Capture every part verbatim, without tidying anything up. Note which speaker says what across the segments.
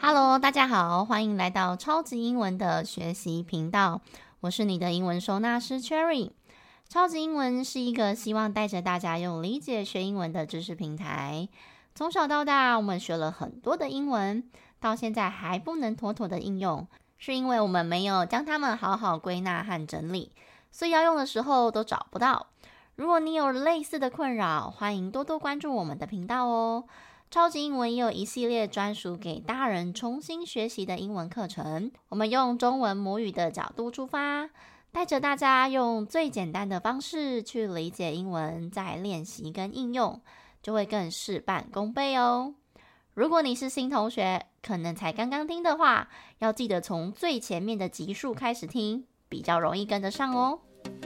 Speaker 1: Hello， 大家好，欢迎来到超级英文的学习频道，我是你的英文收纳师 Cherry。超级英文是一个希望带着大家用理解学英文的知识平台。从小到大，我们学了很多的英文，到现在还不能妥妥的应用，是因为我们没有将它们好好归纳和整理，所以要用的时候都找不到。如果你有类似的困扰，欢迎多多关注我们的频道哦。超级英文也有一系列专属给大人重新学习的英文课程，我们用中文母语的角度出发，带着大家用最简单的方式去理解英文，再练习跟应用，就会更事半功倍哦。如果你是新同学，可能才刚刚听的话，要记得从最前面的集数开始听，比较容易跟得上哦。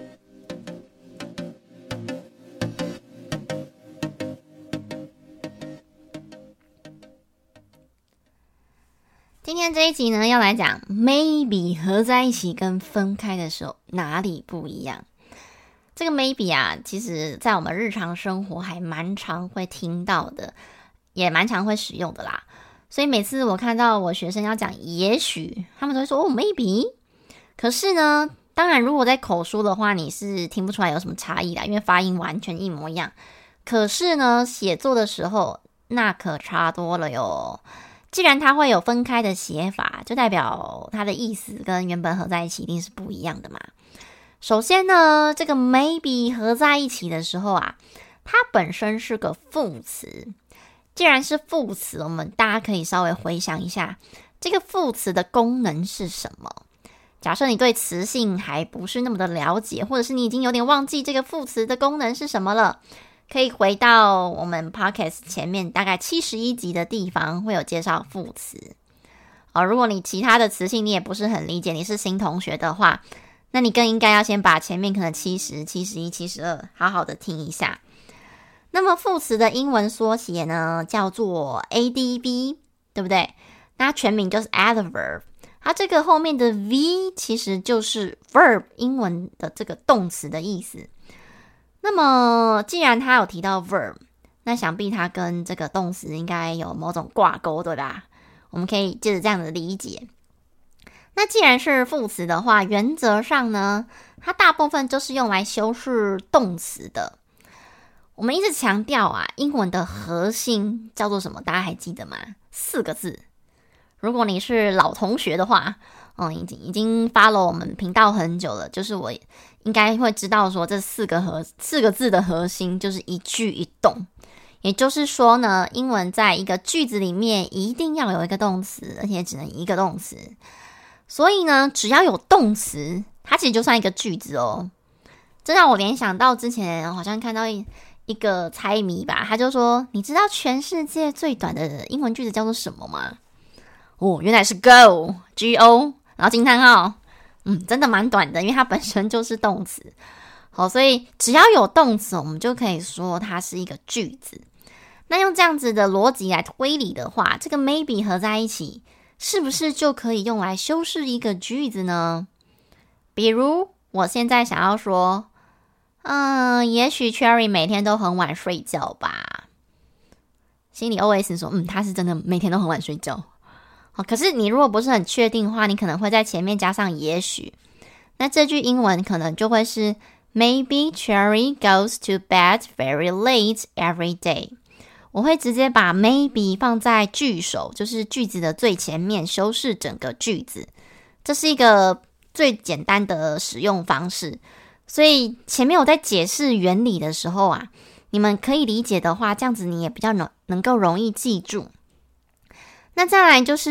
Speaker 1: 今天这一集呢，要来讲 maybe 合在一起跟分开的时候哪里不一样。这个 maybe 啊，其实在我们日常生活还蛮常会听到的，也蛮常会使用的啦。所以每次我看到我学生要讲也许，他们都会说哦 maybe。可是呢，当然如果在口述的话，你是听不出来有什么差异啦，因为发音完全一模一样。可是呢，写作的时候那可差多了哟。既然它会有分开的写法，就代表它的意思跟原本合在一起一定是不一样的嘛。首先呢，这个 maybe 合在一起的时候啊，它本身是个副词。既然是副词，我们大家可以稍微回想一下，这个副词的功能是什么？假设你对词性还不是那么的了解，或者是你已经有点忘记这个副词的功能是什么了，可以回到我们 podcast 前面大概七十一集的地方，会有介绍副词。哦，如果你其他的词性你也不是很理解，你是新同学的话，那你更应该要先把前面可能七十、七十一、七十二好好的听一下。那么副词的英文缩写呢，叫做 A D V， 对不对？那全名就是 adverb， 它这个后面的 V 其实就是 verb 英文的这个动词的意思。那么既然他有提到 verb， 那想必它跟这个动词应该有某种挂钩，对吧？我们可以借着这样的理解。那既然是副词的话，原则上呢，它大部分就是用来修饰动词的。我们一直强调啊，英文的核心叫做什么？大家还记得吗？四个字。如果你是老同学的话，嗯，已经已经 follow 我们频道很久了，就是我应该会知道说这四个核四个字的核心就是一句一动。也就是说呢，英文在一个句子里面一定要有一个动词，而且只能一个动词。所以呢，只要有动词，它其实就算一个句子哦。这让我联想到之前好像看到一一个猜谜吧，他就说，你知道全世界最短的英文句子叫做什么吗？哦，原来是 go G O， 然后惊叹号。嗯，真的蛮短的，因为它本身就是动词。好，所以只要有动词，我们就可以说它是一个句子。那用这样子的逻辑来推理的话，这个 maybe 合在一起，是不是就可以用来修饰一个句子呢？比如我现在想要说，嗯，也许 Cherry 每天都很晚睡觉吧。心里 O S 说，嗯，他是真的每天都很晚睡觉。好，可是你如果不是很确定的话，你可能会在前面加上也许。那这句英文可能就会是 Maybe Cherry goes to bed very late every day。 我会直接把 maybe 放在句首，就是句子的最前面，修饰整个句子。这是一个最简单的使用方式。所以前面我在解释原理的时候啊，你们可以理解的话，这样子你也比较能能够容易记住。那再来就是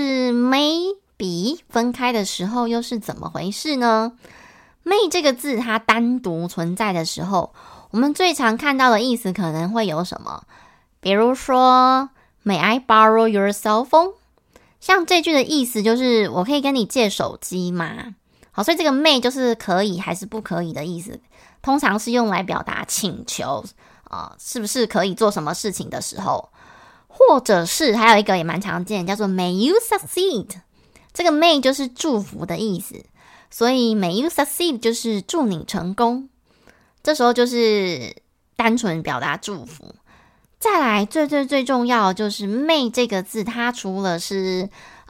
Speaker 1: maybe 分开的时候又是怎么回事呢？ may 这个字它单独存在的时候，我们最常看到的意思可能会有什么？比如说 May I borrow your cell phone？ 像这句的意思就是我可以跟你借手机吗？好，所以这个 may 就是可以还是不可以的意思，通常是用来表达请求、呃、是不是可以做什么事情的时候。或者是还有一个也蛮常见，叫做 May you succeed。 这个 May 就是祝福的意思，所以 May you succeed 就是祝你成功。这时候就是单纯表达祝福。再来最最最重要的就是 May 这个字，它除了是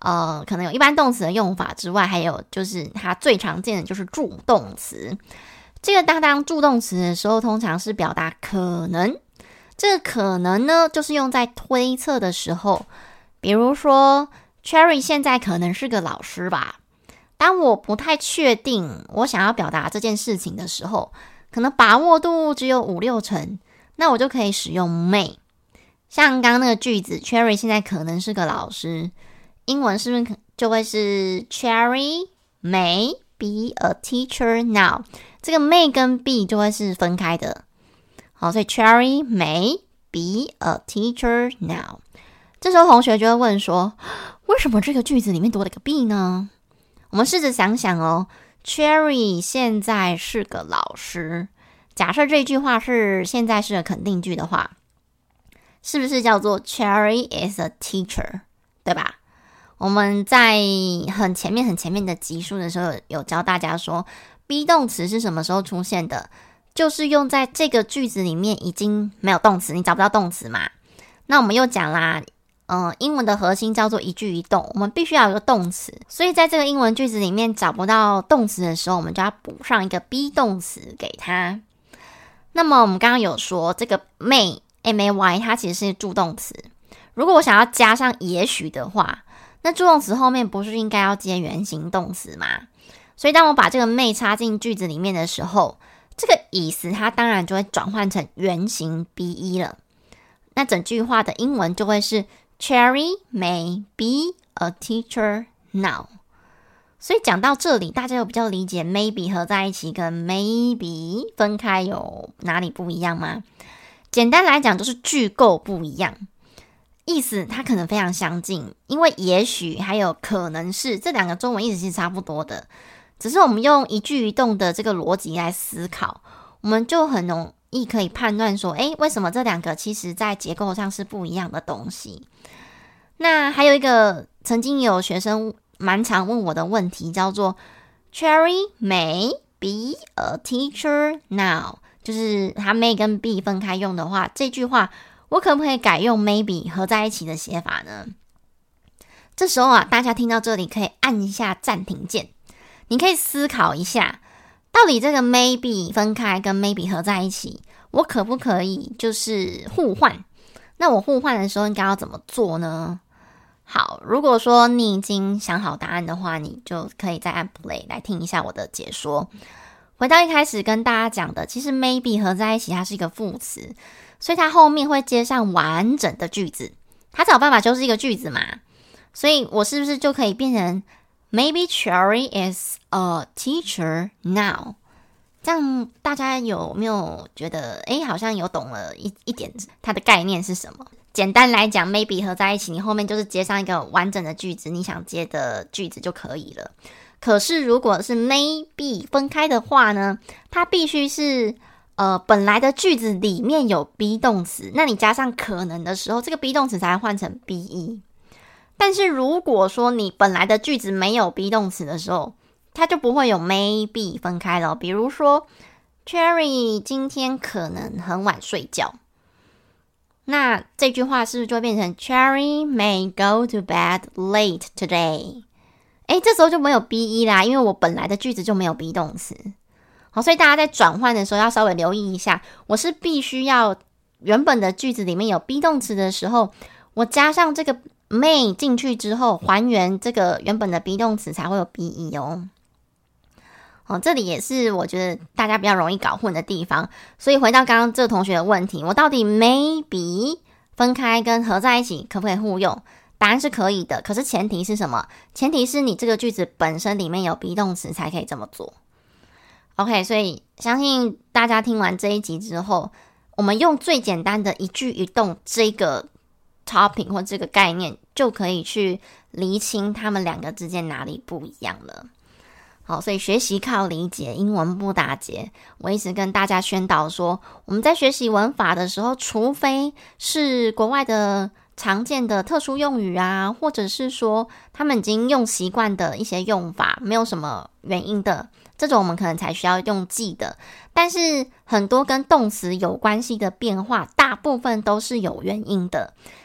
Speaker 1: 呃，可能有一般动词的用法之外，还有就是它最常见的就是助动词。这个当当助动词的时候，通常是表达可能。这个可能呢，就是用在推测的时候，比如说 Cherry 现在可能是个老师吧。当我不太确定我想要表达这件事情的时候，可能把握度只有五六成，那我就可以使用 may。像刚刚那个句子 Cherry 现在可能是个老师，英文是不是就会是 Cherry may be a teacher now。 这个 may 跟 be 就会是分开的。好，所以 Cherry may be a teacher now。 这时候同学就会问说，为什么这个句子里面多了个 be 呢？我们试着想想哦， Cherry 现在是个老师，假设这句话是现在是个肯定句的话，是不是叫做 Cherry is a teacher， 对吧？我们在很前面很前面的集数的时候有教大家说 be 动词是什么时候出现的，就是用在这个句子里面已经没有动词，你找不到动词嘛。那我们又讲啦，呃，英文的核心叫做一句一动，我们必须要有一个动词，所以在这个英文句子里面找不到动词的时候，我们就要补上一个 be 动词给它。那么我们刚刚有说这个 may M A Y 它其实是助动词，如果我想要加上也许的话，那助动词后面不是应该要接原形动词吗？所以当我把这个 may 插进句子里面的时候，这个意思它当然就会转换成原形 be 了。那整句话的英文就会是 Cherry may be a teacher now。 所以讲到这里，大家有比较理解 maybe 合在一起跟 maybe 分开有哪里不一样吗？简单来讲就是句构不一样，意思它可能非常相近，因为也许还有可能是这两个中文意思是差不多的，只是我们用一句一动的这个逻辑来思考，我们就很容易可以判断说，诶，为什么这两个其实在结构上是不一样的东西。那还有一个曾经有学生蛮常问我的问题叫做 Cherry may be a teacher now，就是它 may 跟 be 分开用的话，这句话我可不可以改用 maybe 合在一起的写法呢？这时候啊，大家听到这里可以按一下暂停键，你可以思考一下，到底这个 maybe 分开跟 maybe 合在一起，我可不可以就是互换？那我互换的时候应该要怎么做呢？好，如果说你已经想好答案的话，你就可以再按 play 来听一下我的解说。回到一开始跟大家讲的，其实 maybe 合在一起它是一个副词，所以它后面会接上完整的句子，它才有办法就是一个句子嘛。所以我是不是就可以变成 Maybe Cherry is a teacher now？ 这样大家有没有觉得诶好像有懂了一一点它的概念是什么？简单来讲 maybe 合在一起，你后面就是接上一个完整的句子，你想接的句子就可以了。可是如果是 maybe 分开的话呢，它必须是呃本来的句子里面有 be 动词，那你加上可能的时候，这个 be 动词才会换成 be。 但是如果说你本来的句子没有 be 动词的时候，它就不会有 maybe 分开了。比如说 Cherry 今天可能很晚睡觉，那这句话是不是就会变成 Cherry may go to bed late today？ 诶，这时候就没有 be 啦，因为我本来的句子就没有 be 动词。好，所以大家在转换的时候要稍微留意一下，我是必须要原本的句子里面有 be 动词的时候，我加上这个 may 进去之后，还原这个原本的 be 动词才会有 be 哦。哦，这里也是我觉得大家比较容易搞混的地方。所以回到刚刚这个同学的问题，我到底 maybe 分开跟合在一起可不可以互用？答案是可以的，可是前提是什么？前提是你这个句子本身里面有 be 动词才可以这么做。OK， 所以相信大家听完这一集之后，我们用最简单的一句一动这个 topic 或这个概念，就可以去厘清他们两个之间哪里不一样了。好，所以学习靠理解，英文不打结。我一直跟大家宣导说，我们在学习文法的时候，除非是国外的常见的特殊用语啊，或者是说他们已经用习惯的一些用法，没有什么原因的，这种我们可能才需要用记的。但是很多跟动词有关系的变化，大部分都是有原因的。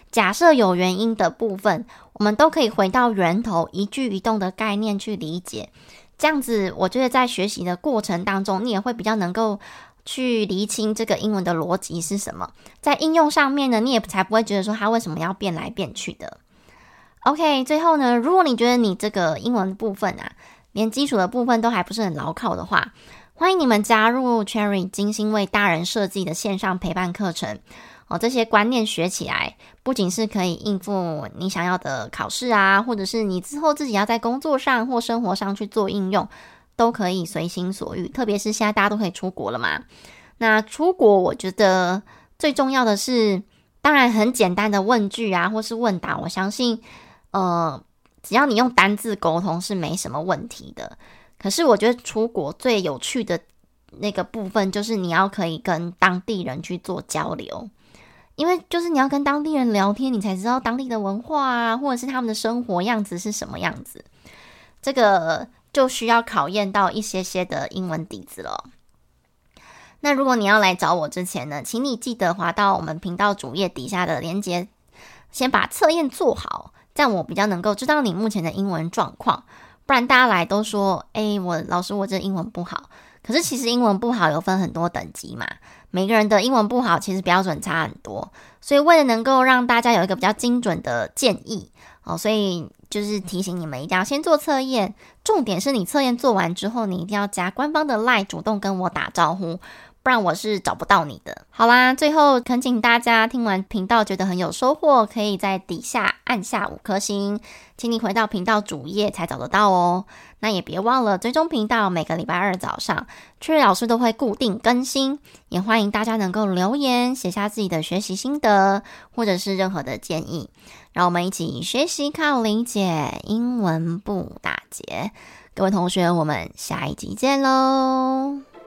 Speaker 1: 假设有原因的部分，我们都可以回到源头，一句一动的概念去理解。这样子，我觉得在学习的过程当中，你也会比较能够去厘清这个英文的逻辑是什么。在应用上面呢，你也才不会觉得说它为什么要变来变去的。OK， 最后呢，如果你觉得你这个英文部分啊，连基础的部分都还不是很牢靠的话，欢迎你们加入 Cherry 精心为大人设计的线上陪伴课程。哦，这些观念学起来，不仅是可以应付你想要的考试啊，或者是你之后自己要在工作上或生活上去做应用，都可以随心所欲。特别是现在大家都可以出国了嘛，那出国我觉得最重要的是，当然很简单的问句啊，或是问答，我相信呃，只要你用单字沟通是没什么问题的。可是我觉得出国最有趣的那个部分，就是你要可以跟当地人去做交流。因为就是你要跟当地人聊天，你才知道当地的文化啊，或者是他们的生活样子是什么样子。这个就需要考验到一些些的英文底子了。那如果你要来找我之前呢，请你记得滑到我们频道主页底下的连结，先把测验做好，这样我比较能够知道你目前的英文状况。不然大家来都说，诶，我老师我这英文不好。可是其实英文不好有分很多等级嘛，每个人的英文不好其实标准差很多，所以为了能够让大家有一个比较精准的建议，哦，所以就是提醒你们一定要先做测验，重点是你测验做完之后，你一定要加官方的 LINE 主动跟我打招呼，不然我是找不到你的。好啦，最后恳请大家听完频道觉得很有收获，可以在底下按下五颗星，请你回到频道主页才找得到哦。那也别忘了追踪频道，每个礼拜二早上Cherry老师都会固定更新，也欢迎大家能够留言写下自己的学习心得，或者是任何的建议，让我们一起学习靠理解，英文不打结。各位同学，我们下一集见咯。